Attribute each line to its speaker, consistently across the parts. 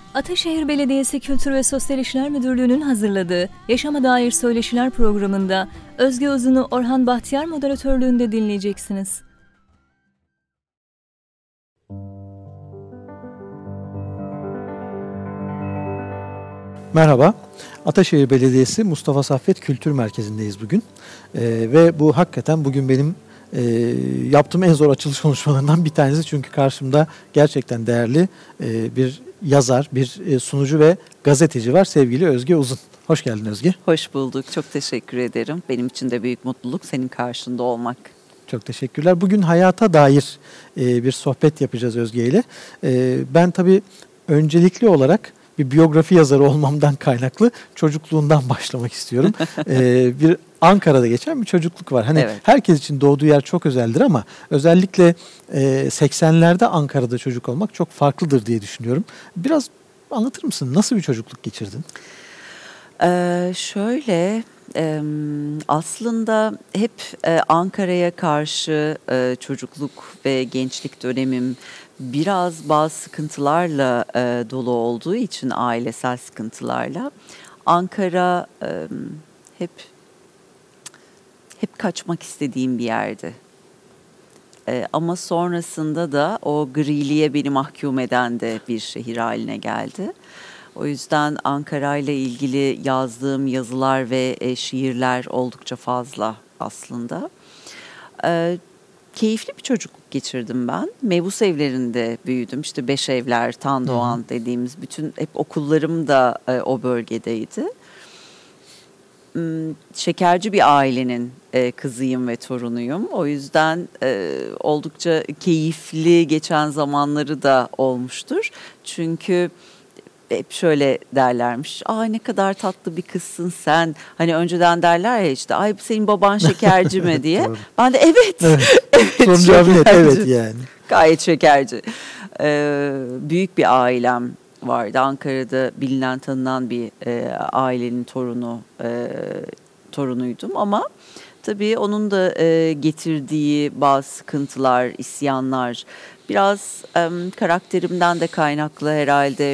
Speaker 1: Ataşehir Belediyesi Kültür ve Sosyal İşler Müdürlüğü'nün hazırladığı Yaşama Dair Söyleşiler programında Özge Uzun'u Orhan Bahtiyar moderatörlüğünde dinleyeceksiniz.
Speaker 2: Merhaba, Ataşehir Belediyesi Mustafa Saffet Kültür Merkezi'ndeyiz bugün. Ve bu hakikaten bugün benim yaptığım en zor açılış konuşmalarından bir tanesi. Çünkü karşımda gerçekten değerli bir yazar, bir sunucu ve gazeteci var, sevgili Özge Uzun. Hoş geldin Özge.
Speaker 3: Hoş bulduk, çok teşekkür ederim. Benim için de büyük mutluluk senin karşında olmak.
Speaker 2: Çok teşekkürler. Bugün hayata dair bir sohbet yapacağız Özge ile. Ben tabii öncelikli olarak bir biyografi yazarı olmamdan kaynaklı çocukluğundan başlamak istiyorum. Bir Ankara'da geçen bir çocukluk var. Hani evet, herkes için doğduğu yer çok özeldir ama özellikle 80'lerde Ankara'da çocuk olmak çok farklıdır diye düşünüyorum. Biraz anlatır mısın? Nasıl bir çocukluk geçirdin?
Speaker 3: Aslında hep Ankara'ya karşı çocukluk ve gençlik dönemim biraz bazı sıkıntılarla dolu olduğu için, ailesel sıkıntılarla Ankara hep kaçmak istediğim bir yerdi. Ama sonrasında da o griliğe beni mahkum eden de bir şehir haline geldi. O yüzden Ankara ile ilgili yazdığım yazılar ve şiirler oldukça fazla aslında. Keyifli bir çocukluk geçirdim ben. Mebus evlerinde büyüdüm. İşte Beşevler, Tandoğan dediğimiz bütün hep okullarım da o bölgedeydi. Şekerci bir ailenin kızıyım ve torunuyum. O yüzden oldukça keyifli geçen zamanları da olmuştur. Çünkü hep şöyle derlermiş. Ne kadar tatlı bir kızsın sen. Hani önceden derler ya işte ay senin baban şekerci mi diye. Ben de evet.
Speaker 2: Son cevap net evet yani.
Speaker 3: Gayet şekerci. Büyük bir ailem vardı. Ankara'da bilinen tanınan bir ailenin torunuydum ama tabii onun da getirdiği bazı sıkıntılar, isyanlar biraz karakterimden de kaynaklı herhalde.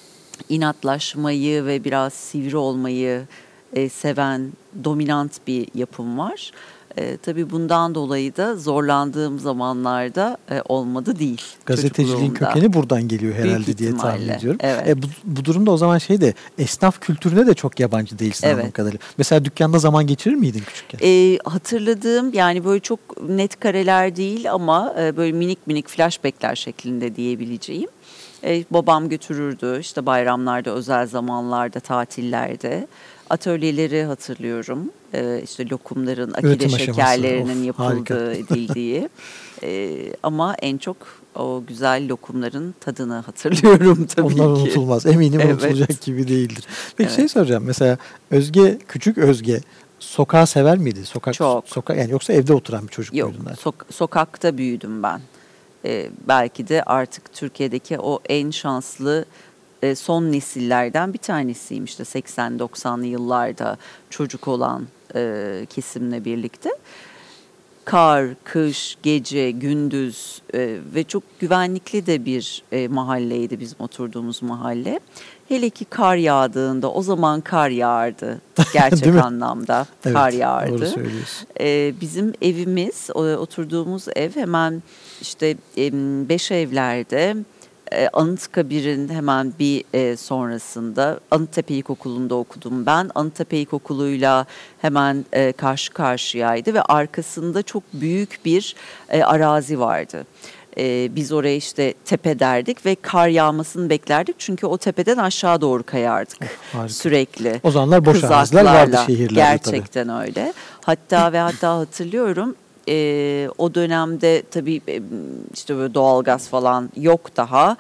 Speaker 3: İnatlaşmayı ve biraz sivri olmayı seven dominant bir yapım var. Tabii bundan dolayı da zorlandığım zamanlarda olmadı değil.
Speaker 2: Gazeteciliğin kökeni buradan geliyor herhalde diye tahmin ediyorum.
Speaker 3: Evet.
Speaker 2: Bu durumda o zaman esnaf kültürüne de çok yabancı değilsin anladığım kadarıyla. Mesela dükkanda zaman geçirir miydin küçükken?
Speaker 3: Hatırladığım yani böyle çok net kareler değil ama böyle minik minik flashbackler şeklinde diyebileceğim. Babam götürürdü işte bayramlarda, özel zamanlarda, tatillerde. Atölyeleri hatırlıyorum. İşte lokumların, akide şekerlerinin yapıldığı, edildiği. Ama en çok o güzel lokumların tadını hatırlıyorum tabii
Speaker 2: Onlar
Speaker 3: ki.
Speaker 2: Onlar unutulmaz. Eminim unutulacak gibi değildir. Peki soracağım. Mesela küçük Özge sokağı sever miydi? Çok. Yani yoksa evde oturan bir çocuk muydun?
Speaker 3: Yok, sokakta büyüdüm ben. Belki de artık Türkiye'deki o en şanslı son nesillerden bir tanesiyim işte 80-90'lı yıllarda çocuk olan kesimle birlikte. Kar, kış, gece, gündüz ve çok güvenlikli de bir mahalleydi bizim oturduğumuz mahalle. Hele ki kar yağdığında, o zaman kar yağardı gerçek anlamda, kar yağardı.
Speaker 2: Doğru söylüyorsun.
Speaker 3: Bizim evimiz, oturduğumuz ev hemen işte Beşevler'de, Anıtkabir'in hemen bir sonrasında. Anıttepe İlkokulu'nda okudum ben. Anıttepe İlkokulu'yla hemen karşı karşıyaydı ve arkasında çok büyük bir arazi vardı. Biz oraya işte tepe derdik ve kar yağmasını beklerdik. Çünkü o tepeden aşağı doğru kayardık sürekli.
Speaker 2: O zamanlar boş araziler vardı şehirlerde.
Speaker 3: Gerçekten öyle. Hatta hatırlıyorum. O dönemde tabii işte böyle doğalgaz falan yok daha.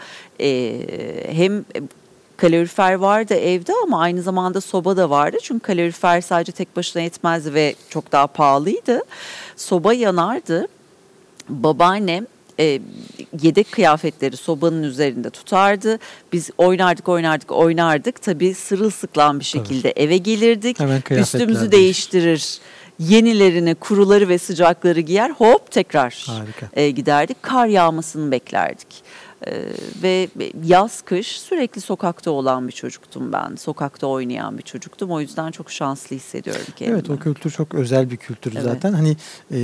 Speaker 3: Hem kalorifer vardı evde ama aynı zamanda soba da vardı. Çünkü kalorifer sadece tek başına yetmezdi ve çok daha pahalıydı. Soba yanardı. Babaannem yedek kıyafetleri sobanın üzerinde tutardı. Biz oynardık. Tabii sırılsıklam bir şekilde eve gelirdik. Üstümüzü değiştirir. Yenilerini, kuruları ve sıcakları giyer, hop tekrar giderdik. Kar yağmasını beklerdik. Ve yaz kış sürekli sokakta olan bir çocuktum ben. Sokakta oynayan bir çocuktum. O yüzden çok şanslı hissediyorum kendimi.
Speaker 2: Evet, o kültür çok özel bir kültür
Speaker 3: Evet.
Speaker 2: zaten. Hani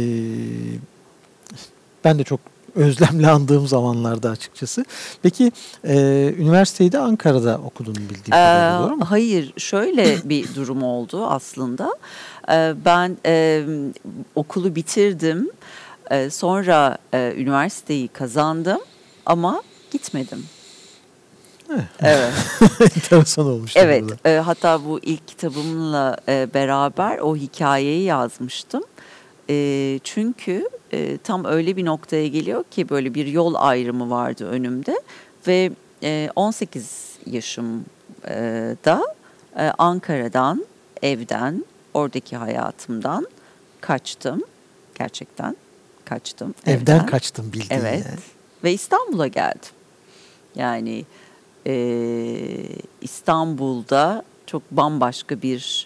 Speaker 2: ben de çok özlemle andığım zamanlarda açıkçası. Peki üniversiteyi de Ankara'da okudun bildiğim kadarıyla, doğru mu?
Speaker 3: Hayır, şöyle bir durum oldu aslında. Ben okulu bitirdim. Sonra üniversiteyi kazandım ama gitmedim. Evet.
Speaker 2: Enteresan olmuş.
Speaker 3: Evet, hatta bu ilk kitabımla beraber o hikayeyi yazmıştım. Çünkü tam öyle bir noktaya geliyor ki böyle bir yol ayrımı vardı önümde ve 18 yaşımda Ankara'dan, evden, oradaki hayatımdan kaçtım. Gerçekten kaçtım.
Speaker 2: Evden kaçtım bildiğin
Speaker 3: Evet.
Speaker 2: yani.
Speaker 3: Ve İstanbul'a geldim. Yani İstanbul'da çok bambaşka bir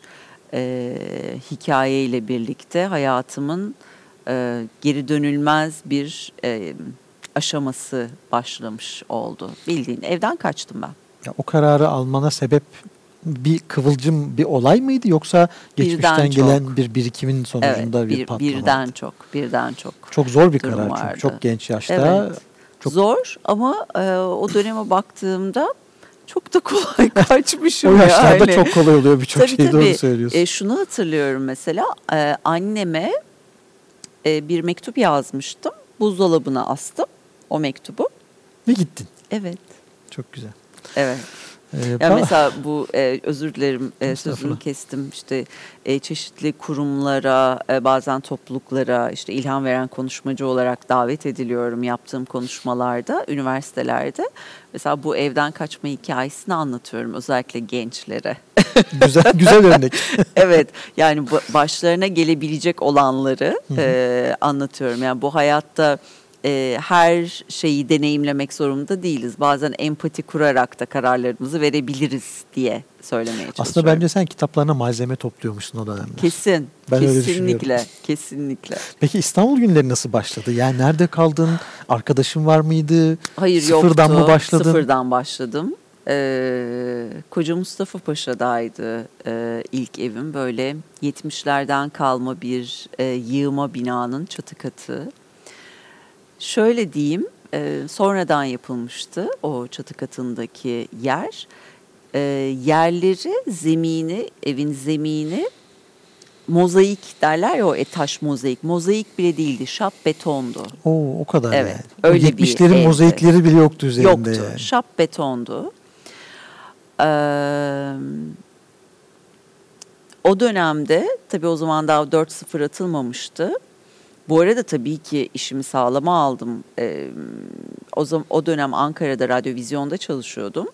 Speaker 3: hikayeyle birlikte hayatımın geri dönülmez bir aşaması başlamış oldu. Bildiğin evden kaçtım ben.
Speaker 2: Ya, o kararı almana sebep bir kıvılcım, bir olay mıydı, yoksa geçmişten gelen bir birikimin sonucunda
Speaker 3: Evet,
Speaker 2: bir patlama?
Speaker 3: birden çok.
Speaker 2: Çok zor bir
Speaker 3: durum
Speaker 2: karar
Speaker 3: vardı.
Speaker 2: çünkü çok genç yaşta.
Speaker 3: Evet.
Speaker 2: Çok...
Speaker 3: Zor ama o döneme baktığımda çok da kolay kaçmışım
Speaker 2: O yaşlarda
Speaker 3: yani.
Speaker 2: çok kolay oluyor birçok
Speaker 3: Tabii,
Speaker 2: şey,
Speaker 3: tabii.
Speaker 2: doğru söylüyorsun.
Speaker 3: Şunu hatırlıyorum mesela, anneme bir mektup yazmıştım. Buzdolabına astım o mektubu.
Speaker 2: Ve gittin.
Speaker 3: Evet.
Speaker 2: Çok güzel.
Speaker 3: Evet. Yani mesela bu özür dilerim sözünü kestim, işte çeşitli kurumlara, bazen topluluklara işte ilham veren konuşmacı olarak davet ediliyorum yaptığım konuşmalarda, üniversitelerde. Mesela bu evden kaçma hikayesini anlatıyorum özellikle gençlere.
Speaker 2: Güzel örnek.
Speaker 3: Evet, yani başlarına gelebilecek olanları anlatıyorum. Yani bu hayatta her şeyi deneyimlemek zorunda değiliz. Bazen empati kurarak da kararlarımızı verebiliriz diye söylemeye çalışıyorum.
Speaker 2: Aslında bence sen kitaplarına malzeme topluyormuşsun o dönemde.
Speaker 3: Kesin.
Speaker 2: Ben öyle düşünüyorum.
Speaker 3: Kesinlikle.
Speaker 2: Peki İstanbul günleri nasıl başladı? Yani nerede kaldın? Arkadaşın var mıydı?
Speaker 3: Hayır,
Speaker 2: Sıfırdan
Speaker 3: yoktu.
Speaker 2: mı başladın?
Speaker 3: Sıfırdan başladım. Koca Mustafa Paşa'daydı ilk evim. Böyle 70'lerden kalma bir yığma binanın çatı katı. Şöyle diyeyim, sonradan yapılmıştı o çatı katındaki yer. Yerleri, zemini, evin zemini mozaik derler ya, o taş mozaik. Mozaik bile değildi, şap betondu.
Speaker 2: O kadar
Speaker 3: Evet,
Speaker 2: yani.
Speaker 3: öyle
Speaker 2: o 70'lerin
Speaker 3: bir
Speaker 2: mozaikleri bile yoktu üzerinde.
Speaker 3: Yoktu,
Speaker 2: yani.
Speaker 3: şap betondu. O dönemde tabii o zaman daha 4-0 atılmamıştı. Bu arada tabii ki işimi sağlama aldım. O dönem Ankara'da radyovizyonda çalışıyordum.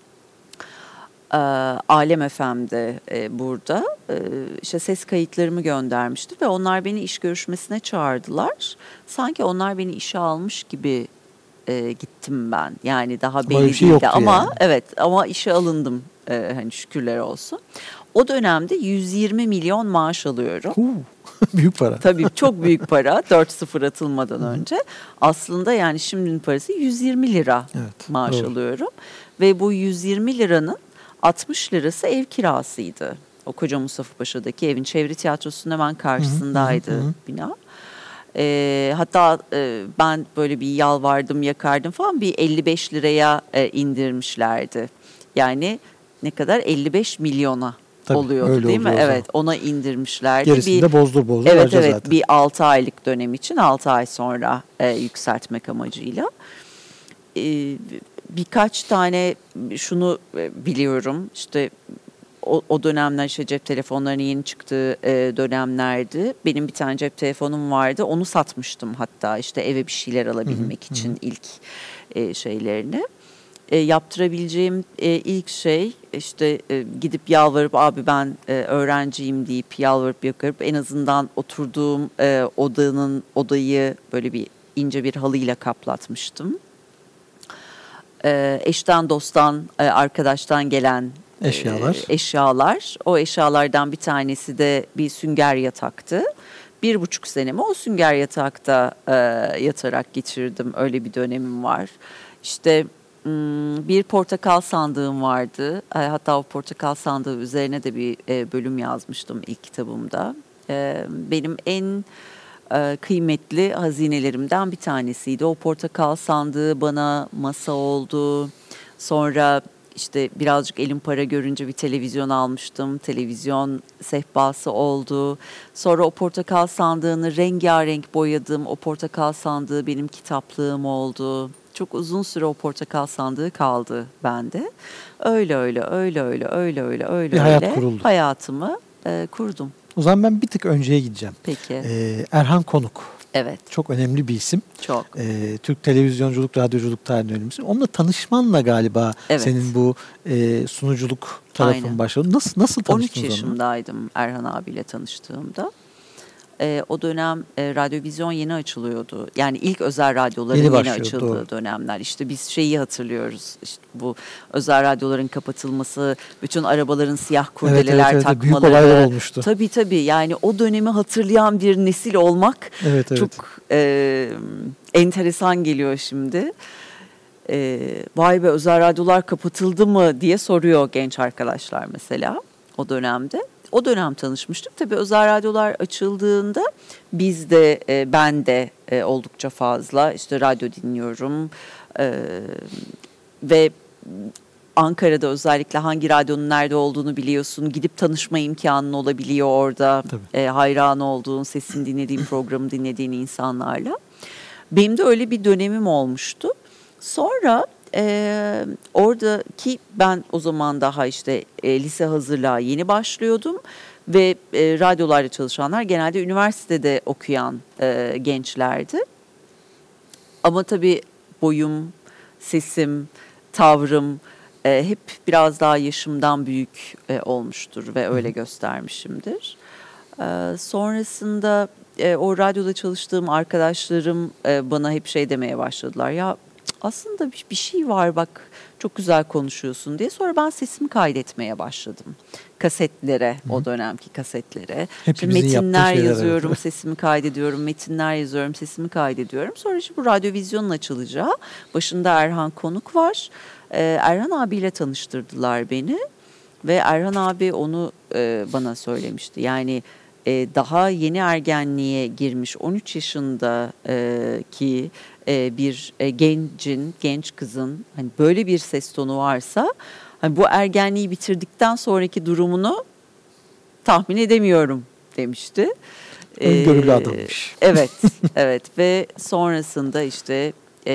Speaker 3: Alem FM'de burada işte ses kayıtlarımı göndermişti ve onlar beni iş görüşmesine çağırdılar. Sanki onlar beni işe almış gibi gittim ben. Yani daha belli
Speaker 2: şey
Speaker 3: değildi ama
Speaker 2: yani.
Speaker 3: evet, ama işe alındım hani şükürler olsun. O dönemde 120 milyon maaş alıyorum.
Speaker 2: Büyük para.
Speaker 3: Tabii çok büyük para, 4-0 atılmadan önce. Aslında yani şimdinin parası 120 lira maaş alıyorum. Ve bu 120 liranın 60 lirası ev kirasıydı. O Koca Mustafa Paşa'daki evin çevre tiyatrosunun hemen karşısındaydı bina. Hatta ben böyle bir yalvardım, yakardım falan, bir 55 liraya indirmişlerdi. Yani ne kadar? 55 milyona. Tabii, oluyordu değil mi? Evet, ona indirmişlerdi.
Speaker 2: Gerisini de bozdur
Speaker 3: evet
Speaker 2: zaten.
Speaker 3: Bir 6 aylık dönem için 6 ay sonra yükseltmek amacıyla. Birkaç tane şunu biliyorum, işte o dönemler işte cep telefonlarının yeni çıktığı dönemlerdi. Benim bir tane cep telefonum vardı, onu satmıştım hatta işte eve bir şeyler alabilmek için ilk şeylerini. Yaptırabileceğim ilk şey işte gidip yalvarıp, abi ben öğrenciyim deyip yalvarıp yakarıp en azından oturduğum odayı böyle bir ince bir halıyla kaplatmıştım. Eşten dosttan arkadaştan gelen eşyalar. O eşyalardan bir tanesi de bir sünger yataktı. 1,5 senemi o sünger yatakta yatarak geçirdim. Öyle bir dönemim var. İşte bir portakal sandığım vardı. Hatta o portakal sandığı üzerine de bir bölüm yazmıştım ilk kitabımda. Benim en kıymetli hazinelerimden bir tanesiydi. O portakal sandığı bana masa oldu. Sonra işte birazcık elim para görünce bir televizyon almıştım. Televizyon sehpası oldu. Sonra o portakal sandığını rengarenk boyadım. O portakal sandığı benim kitaplığım oldu. Çok uzun süre o portakal sandığı kaldı bende. Öyle
Speaker 2: Bir hayat kuruldu.
Speaker 3: Hayatımı kurdum.
Speaker 2: O zaman ben bir tık önceye gideceğim.
Speaker 3: Peki.
Speaker 2: Erhan Konuk.
Speaker 3: Evet.
Speaker 2: Çok önemli bir isim.
Speaker 3: Çok.
Speaker 2: Türk televizyonculuk, radyoculuk tarihinin önemli bir isim. Onunla tanışmanla galiba
Speaker 3: evet.
Speaker 2: senin bu sunuculuk tarafın
Speaker 3: Aynen.
Speaker 2: başladı. Nasıl tanıştınız
Speaker 3: 13 yaşındaydım Erhan abiyle tanıştığımda. O dönem radyovizyon yeni açılıyordu. Yani ilk özel radyoların yeni açıldığı doğru. Dönemler. İşte biz şeyi hatırlıyoruz. İşte bu özel radyoların kapatılması, bütün arabaların siyah kurdeleler
Speaker 2: evet,
Speaker 3: takmaları.
Speaker 2: Büyük olaylar olmuştu.
Speaker 3: Tabii. Yani o dönemi hatırlayan bir nesil olmak çok enteresan geliyor şimdi. Vay be, özel radyolar kapatıldı mı diye soruyor genç arkadaşlar mesela o dönemde. O dönem tanışmıştık. Tabii özel radyolar açıldığında biz de ben de oldukça fazla işte radyo dinliyorum ve Ankara'da özellikle hangi radyonun nerede olduğunu biliyorsun. Gidip tanışma imkanın olabiliyor orada. Hayran olduğun, sesini dinlediğin, programı dinlediğin insanlarla. Benim de öyle bir dönemim olmuştu. Sonra oradaki ben o zaman daha işte lise hazırlığa yeni başlıyordum ve radyolarda çalışanlar genelde üniversitede okuyan gençlerdi. Ama tabii boyum, sesim, tavrım hep biraz daha yaşımdan büyük olmuştur ve öyle göstermişimdir. Sonrasında o radyoda çalıştığım arkadaşlarım bana hep şey demeye başladılar. Ya aslında bir şey var bak, çok güzel konuşuyorsun diye. Sonra ben sesimi kaydetmeye başladım. Kasetlere, o dönemki kasetlere. Metinler yazıyorum, sesimi kaydediyorum. Metinler yazıyorum, sesimi kaydediyorum. Sonra işte bu radyovizyonun açılacağı. Başında Erhan Konuk var. Erhan abiyle tanıştırdılar beni. Ve Erhan abi onu bana söylemişti. Yani daha yeni ergenliğe girmiş 13 yaşındaki bir genç kızın hani böyle bir ses tonu varsa hani bu ergenliği bitirdikten sonraki durumunu tahmin edemiyorum demişti.
Speaker 2: Öngörülü adammış.
Speaker 3: Evet ve sonrasında işte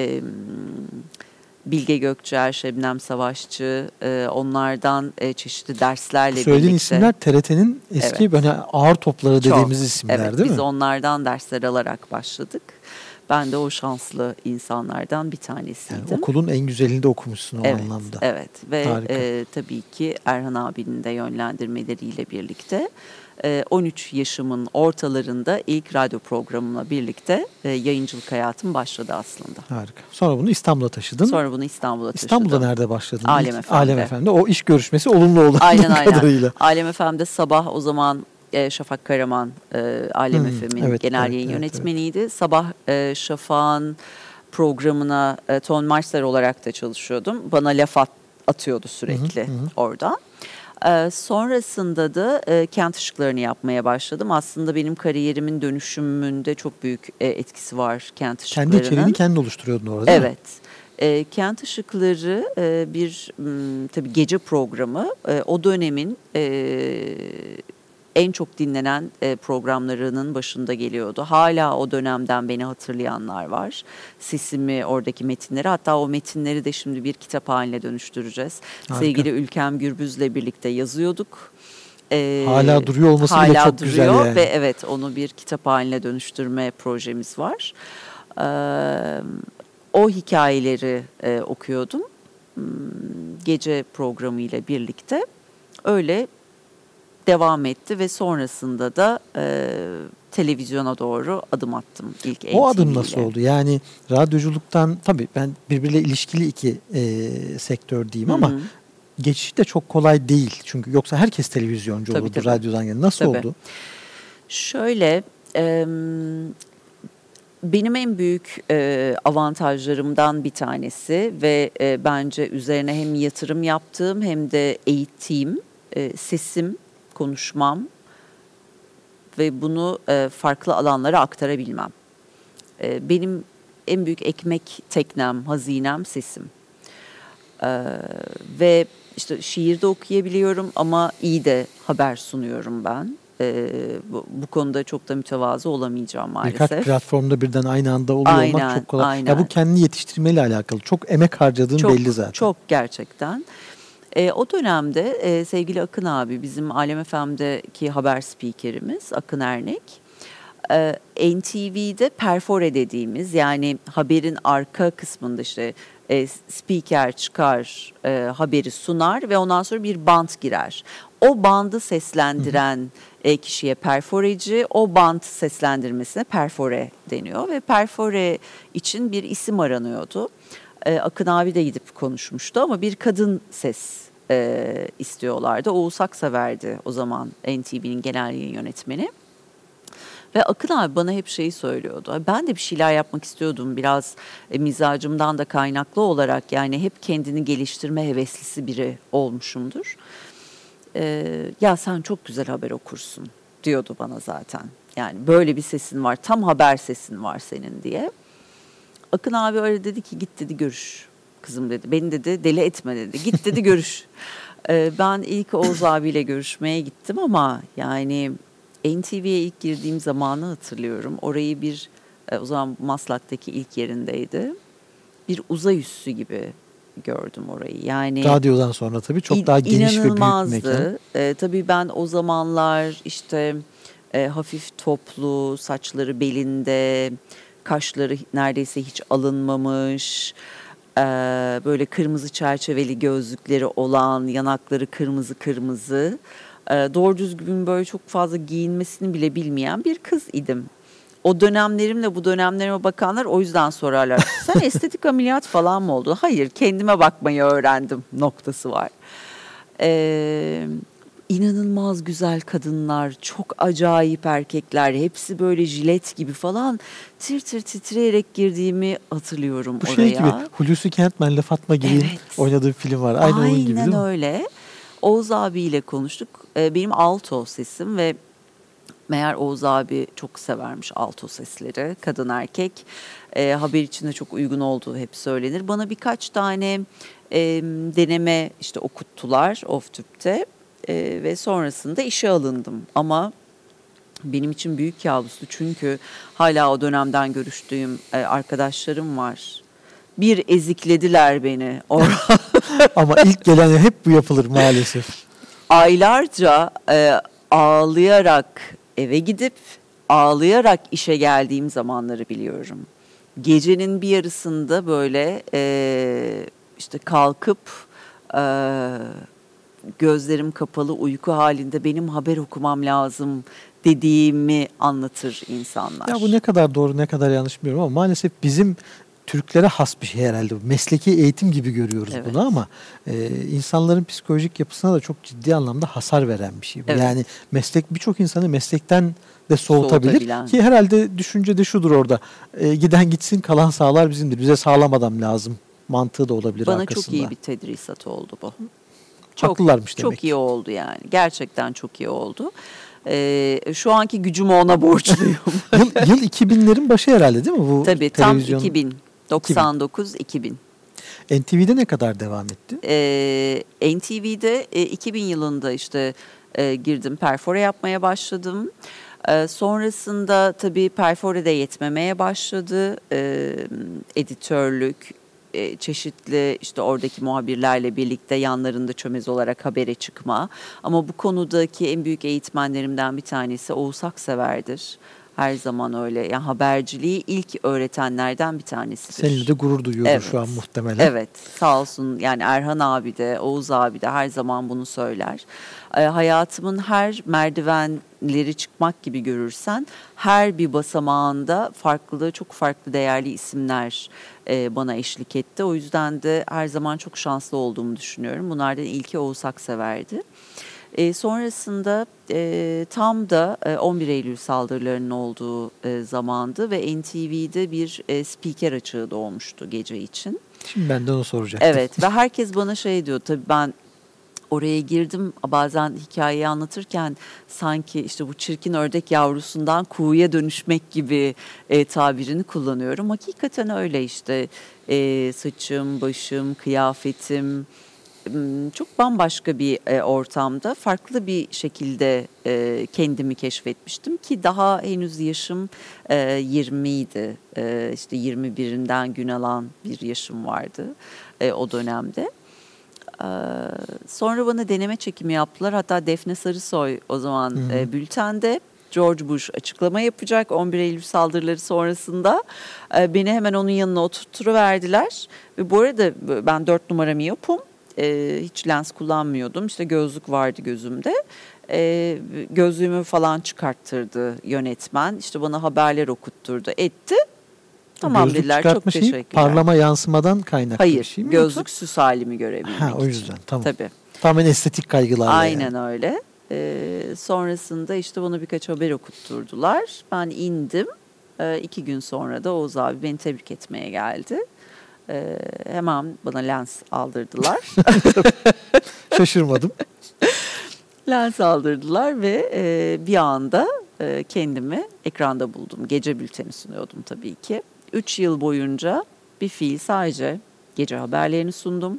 Speaker 3: Bilge Gökçer, Şebnem Savaşçı, onlardan çeşitli derslerle birlikte.
Speaker 2: Söylediğin isimler TRT'nin eski böyle ağır topları dediğimiz isimler değil mi?
Speaker 3: Biz onlardan dersler alarak başladık. Ben de o şanslı insanlardan bir tanesiydim.
Speaker 2: Yani okulun en güzelinde okumuşsun o anlamda.
Speaker 3: Evet ve tabii ki Erhan abinin de yönlendirmeleriyle birlikte 13 yaşımın ortalarında ilk radyo programımla birlikte yayıncılık hayatım başladı aslında.
Speaker 2: Harika. Sonra bunu İstanbul'a taşıdın.
Speaker 3: İstanbul'da
Speaker 2: nerede başladın?
Speaker 3: Alem FM'de.
Speaker 2: O iş görüşmesi olumlu oldu.
Speaker 3: Aynen. Alem FM'de sabah o zaman Şafak Karaman Alem FM'in genel yayın yönetmeniydi. Evet. Sabah Şafak'ın programına ton maçlar olarak da çalışıyordum. Bana laf atıyordu sürekli oradan. Sonrasında da kent ışıklarını yapmaya başladım. Aslında benim kariyerimin dönüşümünde çok büyük etkisi var kent ışıklarının.
Speaker 2: Kendi içeriğini kendi oluşturuyordun orada değil mi?
Speaker 3: Kent ışıkları bir tabii gece programı. O dönemin en çok dinlenen programlarının başında geliyordu. Hala o dönemden beni hatırlayanlar var. Sesimi, oradaki metinleri, hatta o metinleri de şimdi bir kitap haline dönüştüreceğiz. Harika. Sevgili Ülkem Gürbüz'le birlikte yazıyorduk.
Speaker 2: Hala duruyor olması bile çok güzel yani.
Speaker 3: Ve evet, onu bir kitap haline dönüştürme projemiz var. O hikayeleri okuyordum. Gece programı ile birlikte öyle devam etti ve sonrasında da televizyona doğru adım attım ilk NTV.
Speaker 2: O adım nasıl oldu? Yani radyoculuktan, tabii ben birbiriyle ilişkili iki sektör diyeyim ama geçiş de çok kolay değil. Çünkü yoksa herkes televizyoncu olurdu radyodan. Yani nasıl oldu?
Speaker 3: Şöyle, Benim en büyük avantajlarımdan bir tanesi ve bence üzerine hem yatırım yaptığım hem de eğittiğim sesim, konuşmam ve bunu farklı alanlara aktarabilmem. Benim en büyük ekmek teknem, hazinem sesim. Ve işte şiir de okuyabiliyorum ama iyi de haber sunuyorum ben. Bu konuda çok da mütevazı olamayacağım maalesef.
Speaker 2: Birkaç platformda birden aynı anda oluyor olmak
Speaker 3: Aynen,
Speaker 2: çok kolay.
Speaker 3: aynen.
Speaker 2: Ya bu kendini yetiştirmeyle alakalı. Çok emek harcadığın belli zaten.
Speaker 3: Çok gerçekten. O dönemde sevgili Akın abi, bizim Alem FM'deki haber spikerimiz Akın Ernek, NTV'de perfore dediğimiz, yani haberin arka kısmında işte spiker çıkar, haberi sunar ve ondan sonra bir band girer. O bandı seslendiren kişiye perforeci, o band seslendirmesine perfore deniyor ve perfore için bir isim aranıyordu. Akın abi de gidip konuşmuştu ama bir kadın ses istiyorlardı. Oğuz Aksever'di o zaman NTV'nin genel yayın yönetmeni. Ve Akın abi bana hep şeyi söylüyordu. Ben de bir şeyler yapmak istiyordum, biraz mizacımdan da kaynaklı olarak, yani hep kendini geliştirme heveslisi biri olmuşumdur. Ya sen çok güzel haber okursun diyordu bana zaten. Yani böyle bir sesin var, tam haber sesin var senin diye. Akın abi öyle dedi ki, git dedi görüş kızım dedi. Beni dedi deli etme dedi. Git dedi görüş. Ben ilk Oğuz abiyle görüşmeye gittim ama yani NTV'ye ilk girdiğim zamanı hatırlıyorum. Orayı bir, o zaman Maslak'taki ilk yerindeydi. Bir uzay üssü gibi gördüm orayı. Yani
Speaker 2: Radyodan sonra tabii çok daha geniş ve büyük bir mekan.
Speaker 3: Tabii ben o zamanlar işte hafif toplu, saçları belinde, kaşları neredeyse hiç alınmamış, böyle kırmızı çerçeveli gözlükleri olan, yanakları kırmızı kırmızı, doğru düzgün böyle çok fazla giyinmesini bile bilmeyen bir kız idim. O dönemlerimle bu dönemlerime bakanlar o yüzden sorarlar. Sen estetik ameliyat falan mı oldu? Hayır, kendime bakmayı öğrendim noktası var. İnanılmaz güzel kadınlar, çok acayip erkekler, hepsi böyle jilet gibi falan, tir tir titreyerek girdiğimi hatırlıyorum
Speaker 2: Bu
Speaker 3: oraya.
Speaker 2: şey gibi, Hulusi Kentmen'le Fatma Giri'nin
Speaker 3: Evet.
Speaker 2: oynadığı bir film var. Aynı onun gibi değil mi?
Speaker 3: Aynen öyle. Oğuz abiyle konuştuk. Benim alto sesim ve meğer Oğuz abi çok severmiş alto sesleri, kadın erkek. Haber içinde çok uygun olduğu hep söylenir. Bana birkaç tane deneme işte okuttular OFTÜP'te ve sonrasında işe alındım. Ama benim için büyük kabustu, çünkü hala o dönemden görüştüğüm arkadaşlarım var. Bir eziklediler beni.
Speaker 2: Ama ilk gelen hep bu yapılır maalesef.
Speaker 3: Aylarca ağlayarak eve gidip ağlayarak işe geldiğim zamanları biliyorum. Gecenin bir yarısında böyle işte kalkıp gözlerim kapalı uyku halinde benim haber okumam lazım dediğimi anlatır insanlar.
Speaker 2: Ya bu ne kadar doğru ne kadar yanlış bilmiyorum ama maalesef bizim Türklere has bir şey herhalde. Mesleki eğitim gibi görüyoruz
Speaker 3: Evet.
Speaker 2: bunu ama insanların psikolojik yapısına da çok ciddi anlamda hasar veren bir şey bu.
Speaker 3: Evet.
Speaker 2: Yani birçok insanı meslekten de soğutabilir
Speaker 3: Soğutabilen.
Speaker 2: ki herhalde düşünce de şudur orada. Giden gitsin, kalan sağlar bizimdir. Bize sağlam adam lazım mantığı da olabilir
Speaker 3: Bana
Speaker 2: arkasında.
Speaker 3: çok iyi bir tedrisat oldu bu.
Speaker 2: Haklılarmış demek.
Speaker 3: Çok iyi oldu yani. Gerçekten çok iyi oldu. Şu anki gücümü ona borçluyum.
Speaker 2: Yıl 2000'lerin başı herhalde değil mi bu
Speaker 3: Tabii tam
Speaker 2: televizyon?
Speaker 3: 2000. 99-2000.
Speaker 2: NTV'de ne kadar devam etti?
Speaker 3: NTV'de 2000 yılında işte girdim, perfore yapmaya başladım. Sonrasında tabii perfore de yetmemeye başladı. Editörlük, çeşitli işte oradaki muhabirlerle birlikte yanlarında çömez olarak habere çıkma. Ama bu konudaki en büyük eğitmenlerimden bir tanesi Oğuz Aksever'dir. Her zaman öyle. Yani haberciliği ilk öğretenlerden bir tanesidir.
Speaker 2: Seninle de gurur duyuyordur
Speaker 3: Evet.
Speaker 2: şu an muhtemelen.
Speaker 3: Evet, sağ olsun, yani Erhan abi de Oğuz abi de her zaman bunu söyler. Hayatımın her merdivenleri çıkmak gibi görürsen her bir basamağında çok farklı değerli isimler bana eşlik etti. O yüzden de her zaman çok şanslı olduğumu düşünüyorum. Bunlardan ilki Oğuz Aksever'di. Sonrasında tam da 11 Eylül saldırılarının olduğu zamandı ve NTV'de bir spiker açığı doğmuştu gece için.
Speaker 2: Şimdi ben de onu soracaktım.
Speaker 3: Evet ve herkes bana şey diyor, tabii ben oraya girdim, bazen hikayeyi anlatırken sanki işte bu çirkin ördek yavrusundan kuğuya dönüşmek gibi tabirini kullanıyorum. Hakikaten öyle işte, saçım, başım, kıyafetim çok bambaşka bir ortamda farklı bir şekilde kendimi keşfetmiştim ki daha henüz yaşım 20 idi. İşte 21'inden gün alan bir yaşım vardı o dönemde. Sonra bana deneme çekimi yaptılar. Hatta Defne Sarısoy o zaman bültende, George Bush açıklama yapacak 11 Eylül saldırıları sonrasında. Beni hemen onun yanına oturtturuverdiler. Ve bu arada ben 4 numara miyopum. Hiç lens kullanmıyordum. İşte gözlük vardı gözümde. Gözlüğümü falan çıkarttırdı yönetmen. İşte bana haberler okutturdu, etti. Tamam
Speaker 2: Gözlük
Speaker 3: dediler, çok
Speaker 2: çıkartma şeyi
Speaker 3: teşekkürler.
Speaker 2: parlama yansımadan kaynaklı bir
Speaker 3: Hayır,
Speaker 2: şey mi?
Speaker 3: gözlüksüz halimi görebilmek
Speaker 2: Ha, o
Speaker 3: için.
Speaker 2: yüzden tamam.
Speaker 3: Tabii.
Speaker 2: Tamamen estetik kaygılarla.
Speaker 3: Aynen
Speaker 2: yani.
Speaker 3: öyle. Sonrasında işte bana birkaç haber okutturdular. Ben indim. 2 gün sonra da Oğuz abi beni tebrik etmeye geldi. Hemen bana lens aldırdılar.
Speaker 2: Şaşırmadım.
Speaker 3: Lens aldırdılar ve bir anda kendimi ekranda buldum. Gece bülteni sunuyordum tabii ki. 3 yıl boyunca bir fiil sadece gece haberlerini sundum.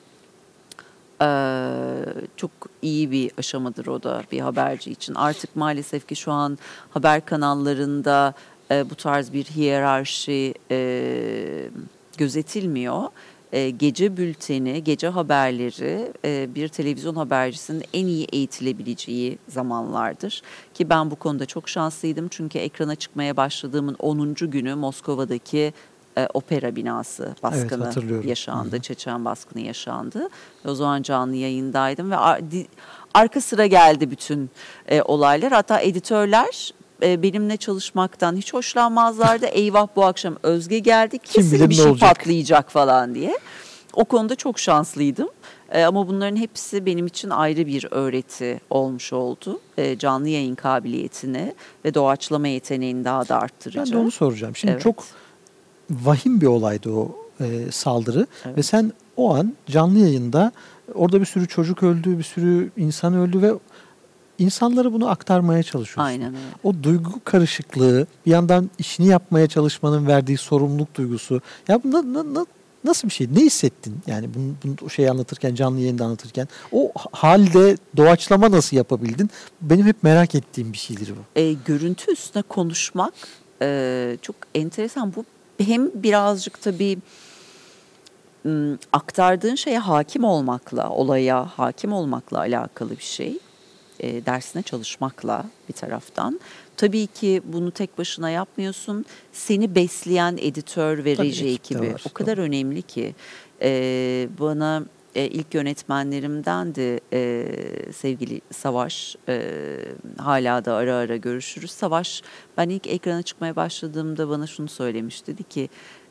Speaker 3: Çok iyi bir aşamadır o da bir haberci için. Artık maalesef ki şu an haber kanallarında bu tarz bir hiyerarşi gözetilmiyor. Gece bülteni, gece haberleri bir televizyon habercisinin en iyi eğitilebileceği zamanlardır. Ki ben bu konuda çok şanslıydım. Çünkü ekrana çıkmaya başladığımın 10. günü Moskova'daki opera binası baskını yaşandı. Çeçen baskını yaşandı. O zaman canlı yayındaydım ve arka sıra geldi bütün olaylar. Hatta editörler benimle çalışmaktan hiç hoşlanmazlardı. Eyvah bu akşam Özge geldi, kesin bir şey patlayacak falan diye. O konuda çok şanslıydım. Ama bunların hepsi benim için ayrı bir öğreti olmuş oldu. Canlı yayın kabiliyetini ve doğaçlama yeteneğini daha da arttırıcı.
Speaker 2: Ben de onu soracağım. Şimdi
Speaker 3: Evet.
Speaker 2: çok vahim bir olaydı o saldırı.
Speaker 3: Evet.
Speaker 2: Ve sen o an canlı yayında orada bir sürü çocuk öldü, bir sürü insan öldü ve insanlara bunu aktarmaya çalışıyorsun.
Speaker 3: Aynen öyle.
Speaker 2: O duygu karışıklığı, bir yandan işini yapmaya çalışmanın verdiği sorumluluk duygusu. Ya nasıl bir şey? Ne hissettin? Yani bunu o şeyi anlatırken, canlı yayında anlatırken. O halde doğaçlama nasıl yapabildin? Benim hep merak ettiğim bir şeydir bu.
Speaker 3: Görüntü üstüne konuşmak çok enteresan. Bu hem birazcık tabii aktardığın şeye hakim olmakla, olaya hakim olmakla alakalı bir şey. Dersine çalışmakla bir taraftan. Tabii ki bunu tek başına yapmıyorsun. Seni besleyen editör ve
Speaker 2: Tabii
Speaker 3: reji ekibi o kadar önemli ki. Bana ilk yönetmenlerimdendi sevgili Savaş. Hala da ara ara görüşürüz. Savaş, ben ilk ekrana çıkmaya başladığımda bana şunu söylemiş. Dedi ki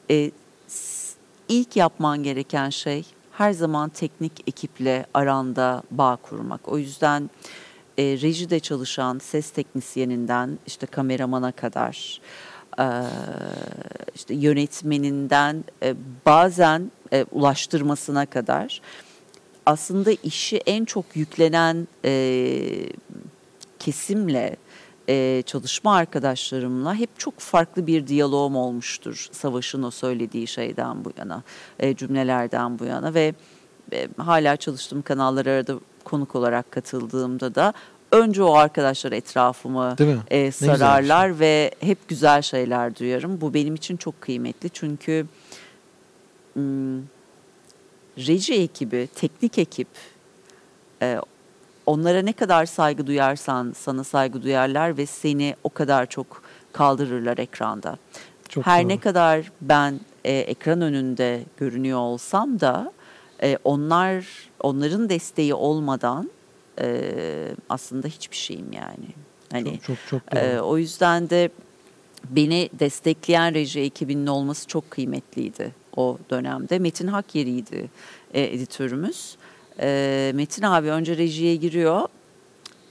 Speaker 3: ilk yapman gereken şey her zaman teknik ekiple aranda bağ kurmak. O yüzden rejide çalışan ses teknisyeninden işte kameramana kadar, işte yönetmeninden bazen ulaştırmasına kadar aslında işi en çok yüklenen kesimle, çalışma arkadaşlarımla hep çok farklı bir diyaloğum olmuştur. Savaş'ın o söylediği şeyden bu yana, cümlelerden bu yana ve hala çalıştığım kanallara arada konuk olarak katıldığımda da önce o arkadaşlar etrafımı sararlar ve hep güzel şeyler duyarım. Bu benim için çok kıymetli çünkü reji ekibi, teknik ekip, onlara ne kadar saygı duyarsan sana saygı duyarlar ve seni o kadar çok kaldırırlar ekranda.
Speaker 2: Çok
Speaker 3: Her
Speaker 2: doğru.
Speaker 3: ne kadar ben ekran önünde görünüyor olsam da onların desteği olmadan aslında hiçbir şeyim yani. Hani
Speaker 2: çok doğru.
Speaker 3: O yüzden de beni destekleyen reji ekibinin olması çok kıymetliydi o dönemde. Metin Hakyeri'ydi editörümüz. Metin abi önce rejiye giriyor.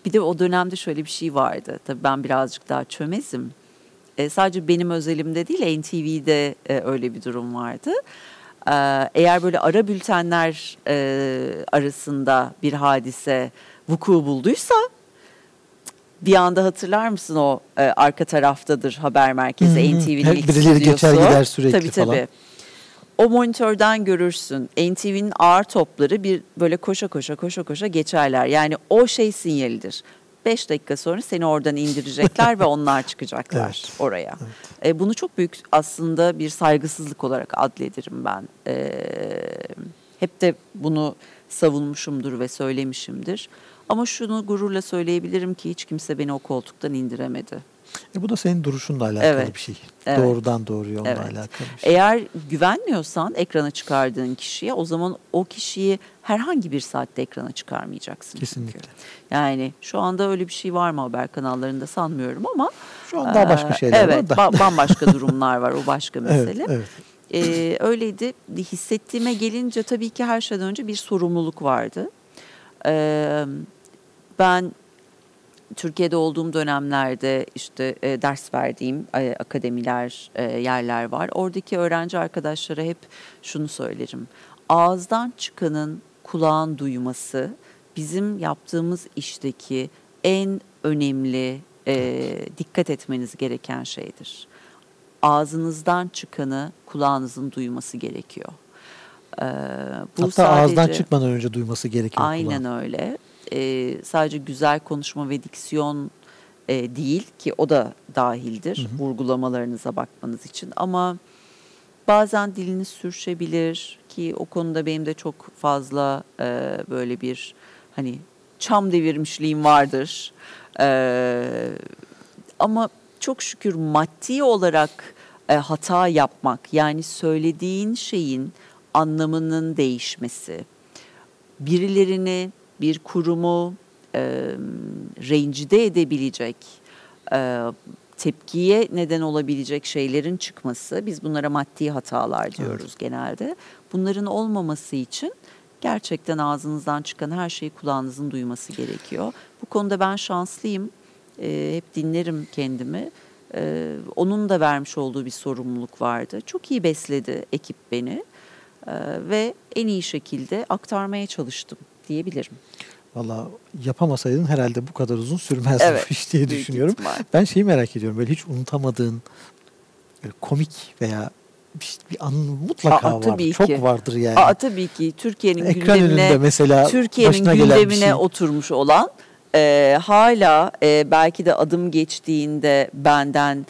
Speaker 3: Bir de o dönemde şöyle bir şey vardı. Tabii ben birazcık daha çömezim. Sadece benim özelimde değil, NTV'de öyle bir durum vardı. Eğer böyle ara bültenler arasında bir hadise vuku bulduysa, bir anda hatırlar mısın o arka taraftadır haber merkezi, NTV'nin ilk
Speaker 2: birileri
Speaker 3: stüdyosu.
Speaker 2: geçer gider sürekli
Speaker 3: Tabii,
Speaker 2: falan.
Speaker 3: tabii. O monitörden görürsün. NTV'nin ağır topları bir böyle koşa koşa geçerler. Yani o şey sinyalidir. 5 dakika sonra seni oradan indirecekler ve onlar çıkacaklar oraya. Evet. Bunu çok büyük aslında bir saygısızlık olarak adledirim ben. Hep de bunu savunmuşumdur ve söylemişimdir. Ama şunu gururla söyleyebilirim ki hiç kimse beni o koltuktan indiremedi.
Speaker 2: Bu da senin duruşunla alakalı bir şey.
Speaker 3: Evet.
Speaker 2: Doğrudan doğruya onunla alakalı bir şey.
Speaker 3: Eğer güvenmiyorsan ekrana çıkardığın kişiye, o zaman o kişiyi herhangi bir saatte ekrana çıkarmayacaksın.
Speaker 2: Kesinlikle.
Speaker 3: Çünkü. Yani şu anda öyle bir şey var mı haber kanallarında sanmıyorum ama.
Speaker 2: Şu an daha başka şeyler var da.
Speaker 3: Evet, bambaşka durumlar var, o başka mesele.
Speaker 2: Evet.
Speaker 3: Öyleydi. Hissettiğime gelince tabii ki her şeyden önce bir sorumluluk vardı. Ben Türkiye'de olduğum dönemlerde işte ders verdiğim akademiler, yerler var. Oradaki öğrenci arkadaşlara hep şunu söylerim. Ağızdan çıkanın kulağın duyması bizim yaptığımız işteki en önemli dikkat etmeniz gereken şeydir. Ağzınızdan çıkanı kulağınızın duyması gerekiyor. Bu
Speaker 2: hatta
Speaker 3: sadece,
Speaker 2: ağızdan çıkmadan önce duyması gerekiyor.
Speaker 3: Aynen kulağın. Öyle. Sadece güzel konuşma ve diksiyon değil ki o da dahildir, vurgulamalarınıza bakmanız için, ama bazen diliniz sürçebilir ki o konuda benim de çok fazla böyle bir hani çam devirmişliğim vardır. Ama çok şükür maddi olarak hata yapmak, yani söylediğin şeyin anlamının değişmesi, birilerini, bir kurumu rencide edebilecek, tepkiye neden olabilecek şeylerin çıkması, biz bunlara maddi hatalar diyoruz genelde. Bunların olmaması için gerçekten ağzınızdan çıkan her şeyi kulağınızın duyması gerekiyor. Bu konuda ben şanslıyım. Hep dinlerim kendimi. Onun da vermiş olduğu bir sorumluluk vardı. Çok iyi besledi ekip beni ve en iyi şekilde aktarmaya çalıştım diyebilirim.
Speaker 2: Valla yapamasaydın herhalde bu kadar uzun sürmezdi bu iş diye düşünüyorum. Ben şeyi merak ediyorum, böyle hiç unutamadığın böyle komik veya bir an mutlaka var. Çok vardır yani.
Speaker 3: Tabii ki Türkiye'nin
Speaker 2: ekran gündemine, mesela
Speaker 3: Türkiye'nin gündemine oturmuş olan, hala belki de adım geçtiğinde benden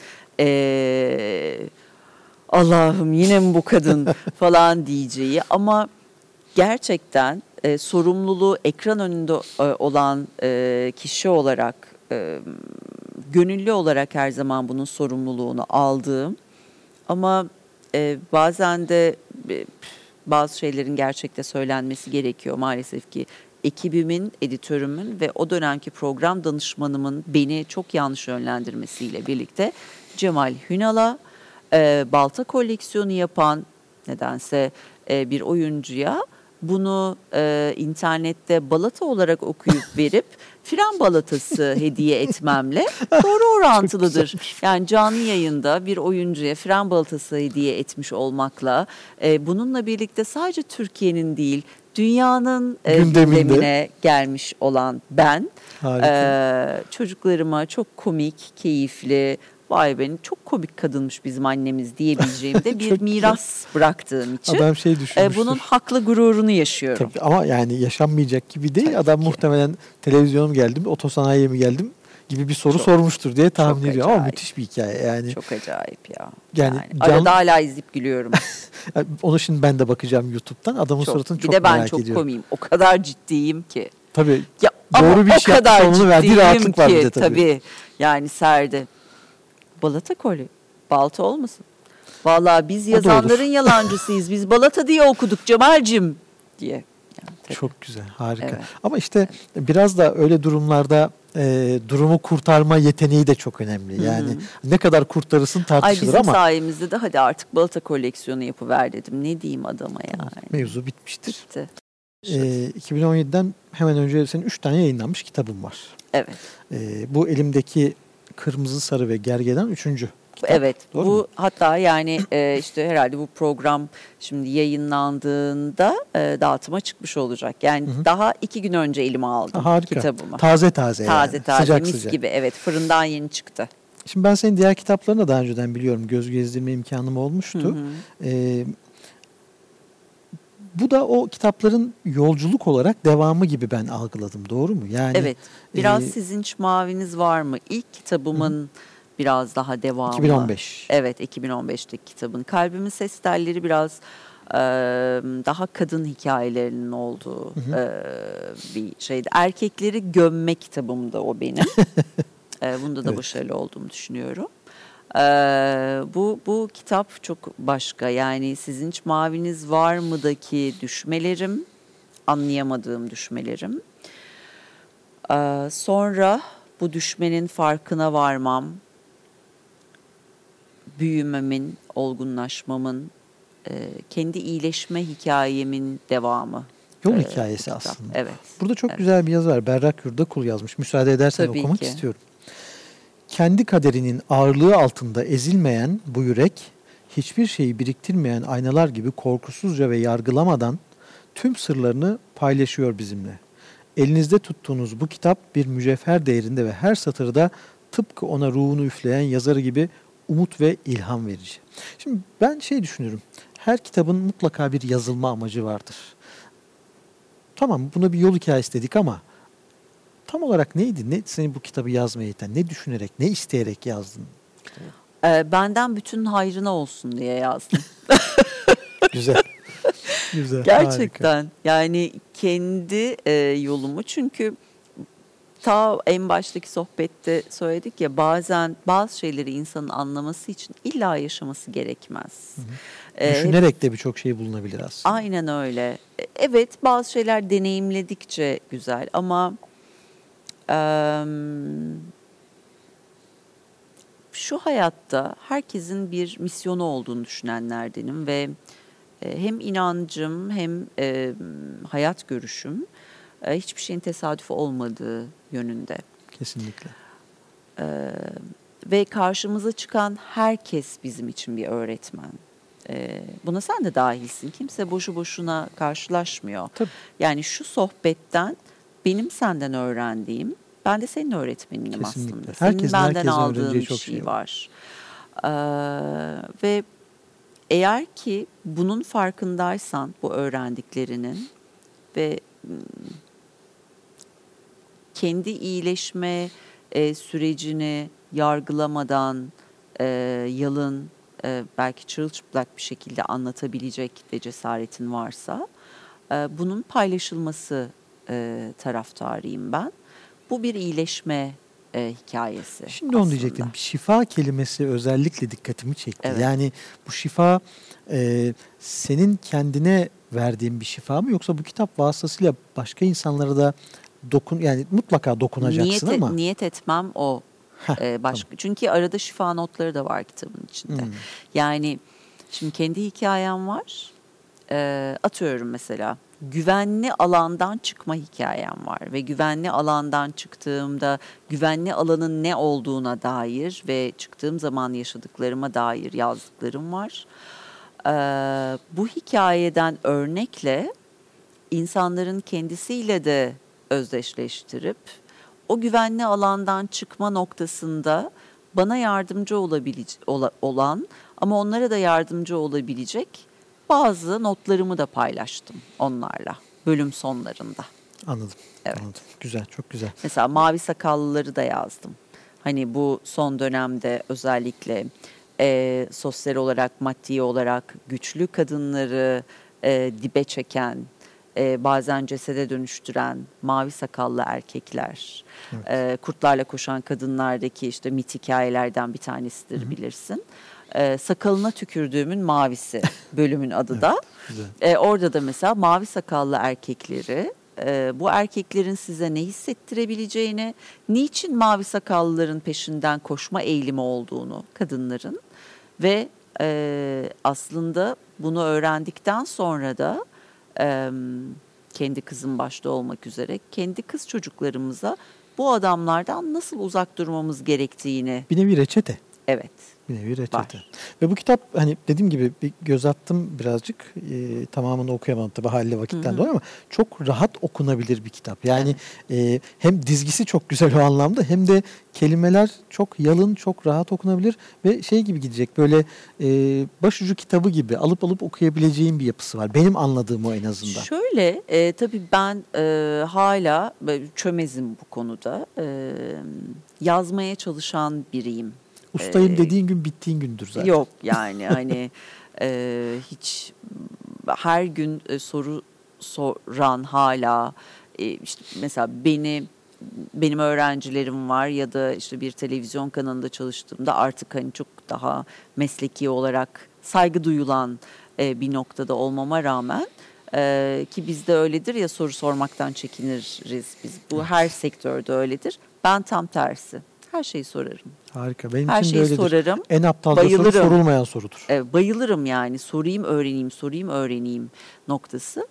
Speaker 3: Allah'ım yine mi bu kadın falan diyeceği, ama gerçekten sorumluluğu ekran önünde olan kişi olarak, gönüllü olarak her zaman bunun sorumluluğunu aldığım, ama bazen de bazı şeylerin gerçekte söylenmesi gerekiyor. Maalesef ki ekibimin, editörümün ve o dönemki program danışmanımın beni çok yanlış yönlendirmesiyle birlikte Cemal Hünal'a balta koleksiyonu yapan nedense bir oyuncuya bunu internette balata olarak okuyup verip fren balatası hediye etmemle doğru orantılıdır. Yani canlı yayında bir oyuncuya fren balatası hediye etmiş olmakla bununla birlikte sadece Türkiye'nin değil, dünyanın gündemine gelmiş olan ben, çocuklarıma çok komik, keyifli, vay benim çok komik kadınmış bizim annemiz diyebileceğim de bir miras bıraktığım için
Speaker 2: adam şey
Speaker 3: bunun haklı gururunu yaşıyorum.
Speaker 2: Tabii, ama yani yaşanmayacak gibi değil. Tabii adam ki. Muhtemelen televizyona mı geldim, otosanayiye mi geldim gibi bir soru sormuştur diye tahmin ediyorum. Ama müthiş bir hikaye yani.
Speaker 3: Çok acayip ya.
Speaker 2: Yani
Speaker 3: arada hala izleyip gülüyorum.
Speaker 2: Onu şimdi ben de bakacağım YouTube'dan. Adamın suratını çok merak ediyorum.
Speaker 3: Bir de ben çok komiyim. O kadar ciddiyim ki.
Speaker 2: Tabii.
Speaker 3: Ya,
Speaker 2: doğru bir iş yapmış olmanın verdiği rahatlık var bir de
Speaker 3: tabii. Yani Serde. Balata koli. Balta olmasın. Vallahi biz yazanların yalancısıyız. Biz balata diye okuduk Cemal'cim diye. Yani,
Speaker 2: çok güzel, harika. Evet. Ama işte biraz da öyle durumlarda durumu kurtarma yeteneği de çok önemli. Yani ne kadar kurtarırsın tartışılır
Speaker 3: bizim
Speaker 2: ama.
Speaker 3: sayemizde de hadi artık balata koleksiyonu yapıver dedim. Ne diyeyim adama yani.
Speaker 2: Mevzu bitmiştir.
Speaker 3: Bitti.
Speaker 2: 2017'den hemen önce senin 3 tane yayınlanmış kitabın var.
Speaker 3: Evet.
Speaker 2: Bu elimdeki Kırmızı, Sarı ve Gergedan 3. kitap.
Speaker 3: Evet,
Speaker 2: Doğru
Speaker 3: bu
Speaker 2: mu?
Speaker 3: hatta yani işte herhalde bu program şimdi yayınlandığında dağıtıma çıkmış olacak. Yani daha 2 gün önce elime aldım
Speaker 2: Harika.
Speaker 3: kitabımı.
Speaker 2: Taze taze
Speaker 3: Taze
Speaker 2: yani.
Speaker 3: taze
Speaker 2: Sıcak
Speaker 3: mis
Speaker 2: sıcak.
Speaker 3: gibi, evet, fırından yeni çıktı.
Speaker 2: Şimdi ben senin diğer kitaplarını da daha önceden biliyorum. Göz gezdirme imkanım olmuştu. Bu da o kitapların yolculuk olarak devamı gibi ben algıladım. Doğru mu? Yani
Speaker 3: Evet, biraz
Speaker 2: e,
Speaker 3: Sizinç Maviniz var mı? İlk kitabımın biraz daha devamı.
Speaker 2: 2015.
Speaker 3: Evet, 2015'teki kitabın. Kalbimin Ses Telleri biraz daha kadın hikayelerinin olduğu bir şeydi. Erkekleri gömme kitabımdı o benim. Bunda da
Speaker 2: Evet.
Speaker 3: başarılı olduğumu düşünüyorum. Bu kitap çok başka. Yani Sizinç Maviniz var mı'daki düşmelerim, anlayamadığım düşmelerim. Sonra bu düşmenin farkına varmam, büyümemin, olgunlaşmamın, kendi iyileşme hikayemin devamı.
Speaker 2: Yol
Speaker 3: bu
Speaker 2: hikayesi
Speaker 3: kitap.
Speaker 2: aslında.
Speaker 3: Evet.
Speaker 2: Burada çok
Speaker 3: Evet.
Speaker 2: güzel bir yazı var. Berrak Yurdakul yazmış. Müsaade edersen
Speaker 3: Tabii
Speaker 2: okumak
Speaker 3: ki.
Speaker 2: istiyorum. Kendi kaderinin ağırlığı altında ezilmeyen bu yürek, hiçbir şeyi biriktirmeyen aynalar gibi korkusuzca ve yargılamadan tüm sırlarını paylaşıyor bizimle. Elinizde tuttuğunuz bu kitap bir mücevher değerinde ve her satırda tıpkı ona ruhunu üfleyen yazarı gibi umut ve ilham verici. Şimdi ben düşünüyorum. Her kitabın mutlaka bir yazılma amacı vardır. Tamam, buna bir yol hikayesi dedik ama tam olarak neydi? Ne seni bu kitabı yazmaya iten? Ne düşünerek, ne isteyerek yazdın?
Speaker 3: Benden bütün hayrına olsun diye yazdım.
Speaker 2: Güzel. Güzel.
Speaker 3: Gerçekten.
Speaker 2: Harika.
Speaker 3: Yani kendi yolumu, çünkü ta en baştaki sohbette söyledik ya, bazen bazı şeyleri insanın anlaması için illa yaşaması gerekmez.
Speaker 2: Düşünerek de birçok şey bulunabilir aslında.
Speaker 3: Aynen öyle. Evet, bazı şeyler deneyimledikçe güzel ama şu hayatta herkesin bir misyonu olduğunu düşünenlerdenim ve hem inancım hem hayat görüşüm hiçbir şeyin tesadüf olmadığı yönünde.
Speaker 2: Kesinlikle.
Speaker 3: Ve karşımıza çıkan herkes bizim için bir öğretmen. Buna sen de dahilsin. Kimse boşu boşuna karşılaşmıyor.
Speaker 2: Tabii.
Speaker 3: Yani şu sohbetten benim senden öğrendiğim, ben de senin öğretmeninim
Speaker 2: Kesinlikle.
Speaker 3: aslında.
Speaker 2: Herkesin
Speaker 3: Senin benden
Speaker 2: herkesten
Speaker 3: aldığın
Speaker 2: öğreneceği
Speaker 3: bir
Speaker 2: çok
Speaker 3: şey
Speaker 2: şey
Speaker 3: var. Ve eğer ki bunun farkındaysan, bu öğrendiklerinin ve kendi iyileşme sürecini yargılamadan yalın, belki çırılçıplak bir şekilde anlatabilecek de cesaretin varsa, bunun paylaşılması taraftarıyım ben. Bu bir iyileşme hikayesi.
Speaker 2: Şimdi onu
Speaker 3: aslında.
Speaker 2: diyecektim. Şifa kelimesi özellikle dikkatimi çekti.
Speaker 3: Evet.
Speaker 2: Yani bu şifa senin kendine verdiğin bir şifa mı, yoksa bu kitap vasıtasıyla başka insanlara da yani mutlaka dokunacaksın ama.
Speaker 3: Niyet etmem o. Başka. Tamam. Çünkü arada şifa notları da var kitabın içinde. Yani şimdi kendi hikayem var. Atıyorum mesela, güvenli alandan çıkma hikayem var ve güvenli alandan çıktığımda güvenli alanın ne olduğuna dair ve çıktığım zaman yaşadıklarıma dair yazdıklarım var. Bu hikayeden örnekle insanların kendisiyle de özdeşleştirip o güvenli alandan çıkma noktasında bana yardımcı olan ama onlara da yardımcı olabilecek bazı notlarımı da paylaştım onlarla bölüm sonlarında.
Speaker 2: Anladım.
Speaker 3: Evet.
Speaker 2: Anladım. Güzel, çok güzel.
Speaker 3: Mesela Mavi Sakallıları da yazdım. Hani bu son dönemde özellikle sosyal olarak, maddi olarak güçlü kadınları dibe çeken, bazen cesede dönüştüren mavi sakallı erkekler, evet. Kurtlarla koşan kadınlardaki işte mit hikayelerden bir tanesidir, bilirsin. Sakalına tükürdüğümün mavisi bölümün adı da. Orada da mesela mavi sakallı erkekleri, bu erkeklerin size ne hissettirebileceğini, niçin mavi sakallıların peşinden koşma eğilimi olduğunu kadınların ve aslında bunu öğrendikten sonra da kendi kızım başta olmak üzere kendi kız çocuklarımıza bu adamlardan nasıl uzak durmamız gerektiğini.
Speaker 2: Bir nevi reçete.
Speaker 3: Evet.
Speaker 2: Bir nevi reçete.
Speaker 3: Var.
Speaker 2: Ve bu kitap hani dediğim gibi bir göz attım birazcık. Tamamını okuyamadım tabii haliyle vakitten dolayı ama çok rahat okunabilir bir kitap. Yani hem dizgisi çok güzel o anlamda hem de kelimeler çok yalın, çok rahat okunabilir ve şey gibi gidecek böyle başucu kitabı gibi alıp okuyabileceğim bir yapısı var. Benim anladığım o en azından.
Speaker 3: Şöyle tabii ben hala çömezim bu konuda. Yazmaya çalışan biriyim.
Speaker 2: Ustayım dediğin gün bittiğin gündür zaten.
Speaker 3: Yok yani hani hiç her gün soru soran hala işte mesela benim öğrencilerim var ya da işte bir televizyon kanalında çalıştığımda artık hani çok daha mesleki olarak saygı duyulan bir noktada olmama rağmen ki bizde öyledir ya, soru sormaktan çekiniriz biz. Bu her sektörde öyledir. Ben tam tersi. Her şeyi sorarım.
Speaker 2: Harika. Benim
Speaker 3: Her
Speaker 2: için de
Speaker 3: şeyi
Speaker 2: öyledir.
Speaker 3: sorarım.
Speaker 2: En aptalca soru
Speaker 3: Bayılırım.
Speaker 2: sorulmayan sorudur.
Speaker 3: Bayılırım yani. Sorayım, öğreneyim noktası.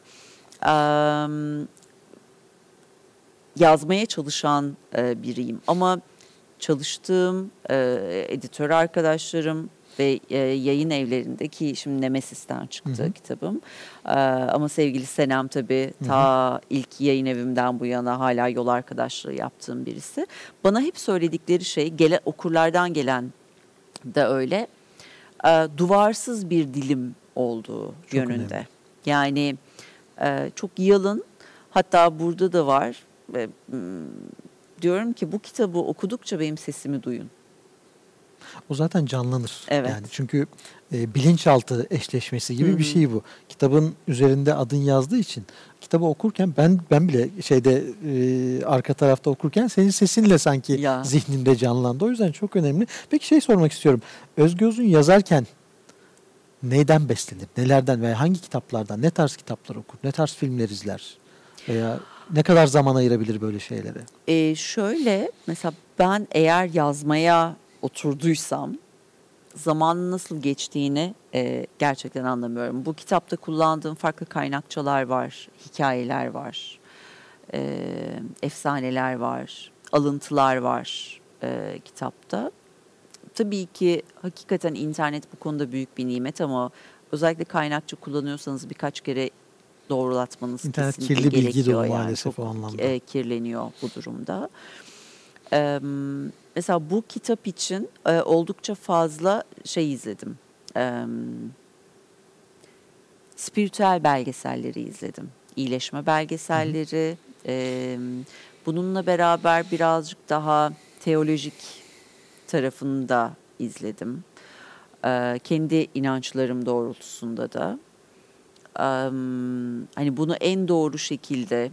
Speaker 3: Yazmaya çalışan biriyim. Ama çalıştığım editör arkadaşlarım ve yayın evlerindeki, şimdi Nemesis'ten çıktı kitabım. Ama sevgili Senem tabii ta ilk yayın evimden bu yana hala yol arkadaşlığı yaptığım birisi. Bana hep söyledikleri şey, okurlardan gelen de öyle, duvarsız bir dilim olduğu
Speaker 2: Çok
Speaker 3: yönünde.
Speaker 2: önemli.
Speaker 3: Yani çok yalın, hatta burada da var. Diyorum ki bu kitabı okudukça benim sesimi duyun.
Speaker 2: O zaten canlanır.
Speaker 3: Evet.
Speaker 2: Yani çünkü bilinçaltı eşleşmesi gibi bir şey bu. Kitabın üzerinde adın yazdığı için kitabı okurken ben bile arka tarafta okurken senin sesinle sanki zihnimde canlandı. O yüzden çok önemli. Peki şey sormak istiyorum. Özge Uzun yazarken neyden beslenir? Nelerden veya hangi kitaplardan? Ne tarz kitaplar okur? Ne tarz filmler izler? Veya ne kadar zaman ayırabilir böyle şeylere?
Speaker 3: Şöyle mesela ben eğer yazmaya oturduysam zamanın nasıl geçtiğini gerçekten anlamıyorum. Bu kitapta kullandığım farklı kaynakçalar var, hikayeler var, efsaneler var, alıntılar var kitapta. Tabii ki hakikaten internet bu konuda büyük bir nimet ama özellikle kaynakça kullanıyorsanız birkaç kere doğrulatmanız
Speaker 2: İnternet
Speaker 3: kesinlikle
Speaker 2: kirli bilgi
Speaker 3: gerekiyor.
Speaker 2: dolu
Speaker 3: Yani
Speaker 2: maalesef
Speaker 3: çok
Speaker 2: o anlamda.
Speaker 3: Kirleniyor bu durumda. Mesela bu kitap için oldukça fazla şey izledim. Spiritüel belgeselleri izledim. İyileşme belgeselleri. Bununla beraber birazcık daha teolojik tarafını da izledim. Kendi inançlarım doğrultusunda da. Hani bunu en doğru şekilde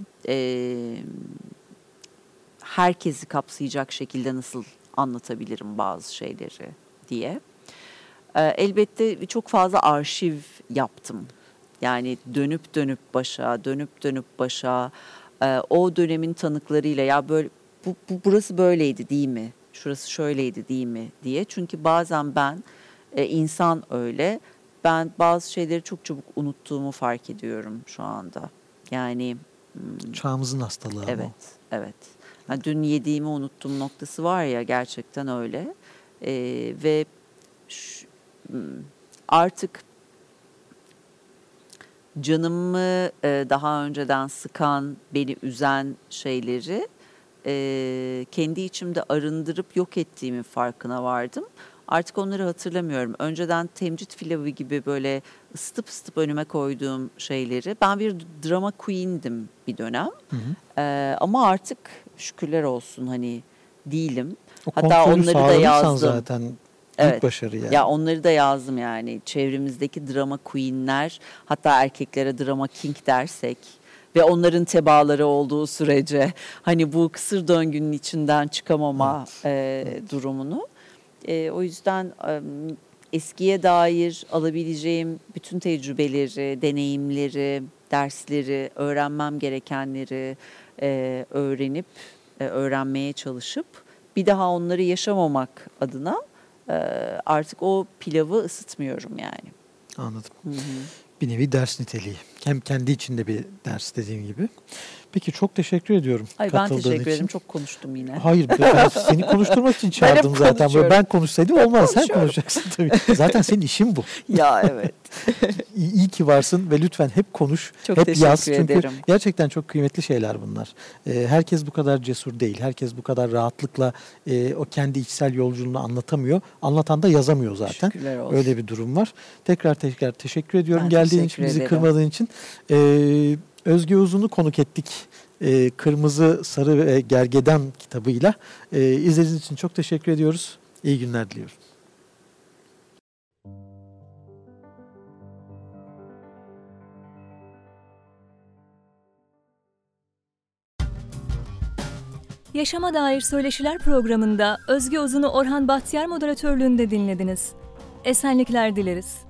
Speaker 3: herkesi kapsayacak şekilde nasıl anlatabilirim bazı şeyleri diye. Elbette çok fazla arşiv yaptım. Yani dönüp dönüp başa o dönemin tanıklarıyla ya böyle burası böyleydi değil mi? Şurası şöyleydi değil mi diye. Çünkü bazen ben insan öyle. Ben bazı şeyleri çok çabuk unuttuğumu fark ediyorum şu anda. Yani
Speaker 2: çağımızın hastalığı ama.
Speaker 3: Evet. Yani dün yediğimi unuttuğum noktası var ya, gerçekten öyle. Ve artık canımı daha önceden sıkan, beni üzen şeyleri kendi içimde arındırıp yok ettiğimin farkına vardım. Artık onları hatırlamıyorum. Önceden temcit pilavı gibi böyle ısıtıp önüme koyduğum şeyleri. Ben bir drama queen'dim bir dönem. Ama artık şükürler olsun hani değilim. Hatta onları da yazdım.
Speaker 2: Zaten büyük başarı yani.
Speaker 3: Ya onları da yazdım yani. Çevremizdeki drama queen'ler, hatta erkeklere drama king dersek ve onların tebaaları olduğu sürece hani bu kısır döngünün içinden çıkamama durumunu. O yüzden eskiye dair alabileceğim bütün tecrübeleri, deneyimleri, dersleri, öğrenmem gerekenleri öğrenip, öğrenmeye çalışıp bir daha onları yaşamamak adına artık o pilavı ısıtmıyorum yani.
Speaker 2: Anladım. bir nevi ders niteliği. Hem kendi içinde bir ders dediğim gibi. Peki çok teşekkür ediyorum
Speaker 3: Ben
Speaker 2: katıldığın
Speaker 3: teşekkür
Speaker 2: için.
Speaker 3: ederim. Çok konuştum yine.
Speaker 2: Hayır, ben seni konuşturmak için çağırdım
Speaker 3: hep
Speaker 2: zaten.
Speaker 3: konuşuyorum.
Speaker 2: Ben konuşsaydım olmaz. Sen
Speaker 3: Konuşuyorum.
Speaker 2: konuşacaksın tabii. Zaten senin işin bu.
Speaker 3: Ya evet.
Speaker 2: İyi ki varsın ve lütfen hep konuş,
Speaker 3: Çok
Speaker 2: hep
Speaker 3: teşekkür
Speaker 2: yaz. Çünkü
Speaker 3: ederim.
Speaker 2: gerçekten çok kıymetli şeyler bunlar. Herkes bu kadar cesur değil. Herkes bu kadar rahatlıkla o kendi içsel yolculuğunu anlatamıyor. Anlatan da yazamıyor zaten.
Speaker 3: Şükürler olsun.
Speaker 2: Öyle bir durum var. Tekrar teşekkür ediyorum.
Speaker 3: Ben
Speaker 2: Geldiğin
Speaker 3: teşekkür
Speaker 2: için, bizi
Speaker 3: ederim.
Speaker 2: kırmadığın için. Özge Uzun'u konuk ettik. Kırmızı, Sarı ve Gergedan kitabıyla. İzlediğiniz için çok teşekkür ediyoruz. İyi günler diliyorum.
Speaker 1: Yaşama Dair Söyleşiler programında Özge Uzun'u Orhan Bahtiyar moderatörlüğünde dinlediniz. Esenlikler dileriz.